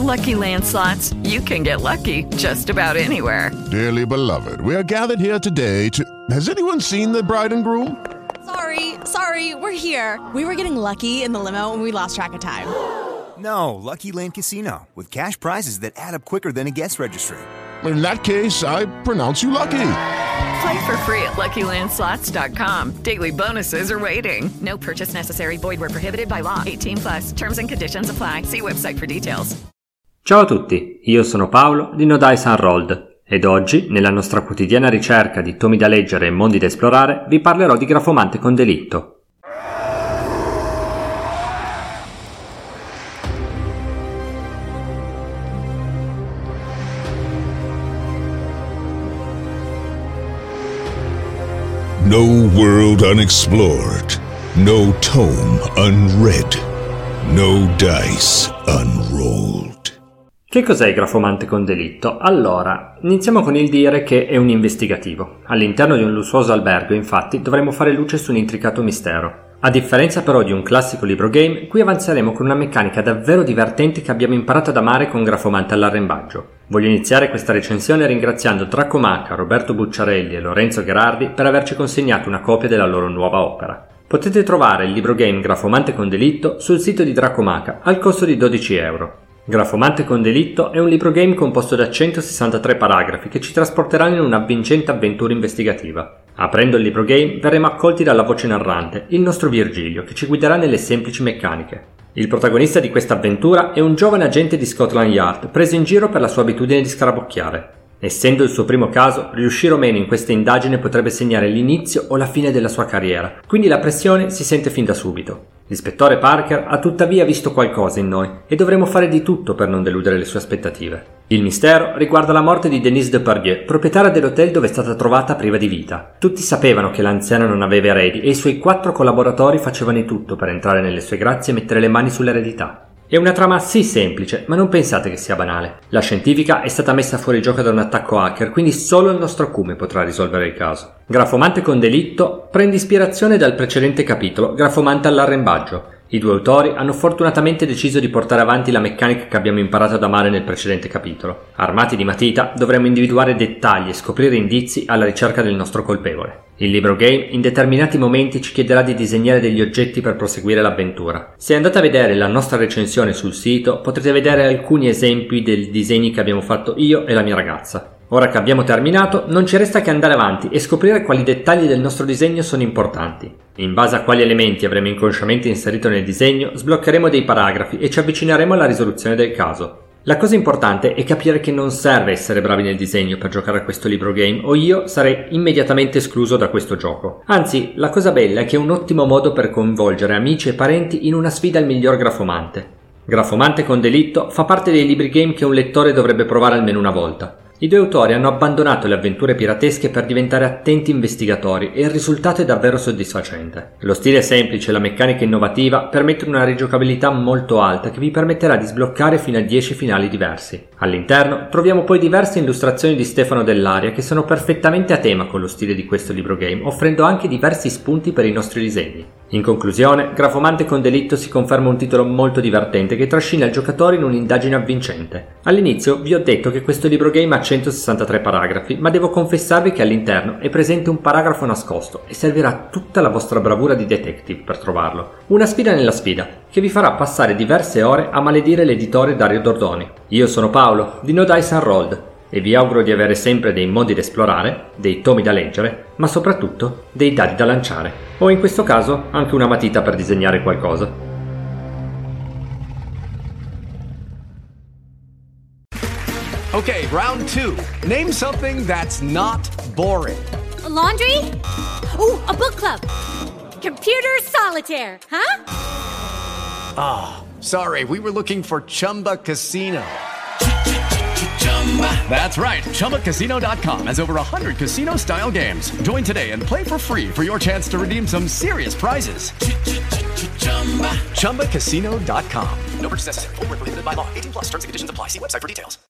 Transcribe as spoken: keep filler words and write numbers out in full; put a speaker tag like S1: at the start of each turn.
S1: Lucky Land Slots, you can get lucky just about anywhere.
S2: Dearly beloved, we are gathered here today to... Has anyone seen the bride and groom?
S3: Sorry, sorry, we're here. We were getting lucky in the limo and we lost track of time.
S4: No, Lucky Land Casino, with cash prizes that add up quicker than a guest registry.
S2: In that case, I pronounce you lucky.
S1: Play for free at Lucky Land Slots dot com. Daily bonuses are waiting. No purchase necessary. Void where prohibited by law. eighteen plus. Terms and conditions apply. See website for details.
S5: Ciao a tutti, io sono Paolo di No Dice Unrolled ed oggi, nella nostra quotidiana ricerca di tomi da leggere e mondi da esplorare, vi parlerò di Grafomante con delitto.
S6: No world unexplored, no tome unread, no dice unrolled.
S5: Che cos'è il Grafomante con delitto? Allora, iniziamo con il dire che è un investigativo. All'interno di un lussuoso albergo, infatti, dovremo fare luce su un intricato mistero. A differenza però di un classico libro game, qui avanzeremo con una meccanica davvero divertente che abbiamo imparato ad amare con Grafomante all'arrembaggio. Voglio iniziare questa recensione ringraziando Dracomacca, Roberto Bucciarelli e Lorenzo Gherardi per averci consegnato una copia della loro nuova opera. Potete trovare il libro game Grafomante con delitto sul sito di Dracomacca al costo di dodici euro. Grafomante con delitto è un libro game composto da centosessantatré paragrafi che ci trasporteranno in un'avvincente avventura investigativa. Aprendo il libro game verremo accolti dalla voce narrante, il nostro Virgilio, che ci guiderà nelle semplici meccaniche. Il protagonista di questa avventura è un giovane agente di Scotland Yard preso in giro per la sua abitudine di scarabocchiare. Essendo il suo primo caso, riuscire o meno in questa indagine potrebbe segnare l'inizio o la fine della sua carriera, quindi la pressione si sente fin da subito. L'ispettore Parker ha tuttavia visto qualcosa in noi e dovremo fare di tutto per non deludere le sue aspettative. Il mistero riguarda la morte di Denise Depardieu, proprietaria dell'hotel dove è stata trovata priva di vita. Tutti sapevano che l'anziana non aveva eredi e i suoi quattro collaboratori facevano di tutto per entrare nelle sue grazie e mettere le mani sull'eredità. È una trama sì semplice, ma non pensate che sia banale. La scientifica è stata messa fuori gioco da un attacco hacker, quindi solo il nostro acume potrà risolvere il caso. Grafomante con delitto prende ispirazione dal precedente capitolo, Grafomante all'arrembaggio. I due autori hanno fortunatamente deciso di portare avanti la meccanica che abbiamo imparato ad amare nel precedente capitolo. Armati di matita dovremo individuare dettagli e scoprire indizi alla ricerca del nostro colpevole. Il libro game in determinati momenti ci chiederà di disegnare degli oggetti per proseguire l'avventura. Se andate a vedere la nostra recensione sul sito potrete vedere alcuni esempi dei disegni che abbiamo fatto io e la mia ragazza. Ora che abbiamo terminato, non ci resta che andare avanti e scoprire quali dettagli del nostro disegno sono importanti. In base a quali elementi avremo inconsciamente inserito nel disegno, sbloccheremo dei paragrafi e ci avvicineremo alla risoluzione del caso. La cosa importante è capire che non serve essere bravi nel disegno per giocare a questo libro game o io sarei immediatamente escluso da questo gioco. Anzi, la cosa bella è che è un ottimo modo per coinvolgere amici e parenti in una sfida al miglior grafomante. Grafomante con delitto fa parte dei libri game che un lettore dovrebbe provare almeno una volta. I due autori hanno abbandonato le avventure piratesche per diventare attenti investigatori e il risultato è davvero soddisfacente. Lo stile semplice e la meccanica innovativa permettono una rigiocabilità molto alta che vi permetterà di sbloccare fino a dieci finali diversi. All'interno troviamo poi diverse illustrazioni di Stefano Dell'Aria che sono perfettamente a tema con lo stile di questo libro game, offrendo anche diversi spunti per i nostri disegni. In conclusione, Grafomante con delitto si conferma un titolo molto divertente che trascina il giocatore in un'indagine avvincente. All'inizio vi ho detto che questo libro game ha centosessantatré paragrafi, ma devo confessarvi che all'interno è presente un paragrafo nascosto e servirà tutta la vostra bravura di detective per trovarlo. Una sfida nella sfida, che vi farà passare diverse ore a maledire l'editore Dario Dordoni. Io sono Paolo, di No Dice Unrolled, e vi auguro di avere sempre dei modi da esplorare, dei tomi da leggere, ma soprattutto dei dadi da lanciare, o in questo caso anche una matita per disegnare qualcosa.
S7: Okay, round two. Name something that's not boring.
S8: A laundry? Ooh, a book club. Computer solitaire, huh?
S7: Ah, oh, sorry, we were looking for Chumba Casino. That's right. Chumba Casino dot com has over one hundred casino-style games. Join today and play for free for your chance to redeem some serious prizes. Chumba Casino dot com. No purchase necessary. Void where prohibited by law. eighteen plus. Terms and conditions apply. See website for details.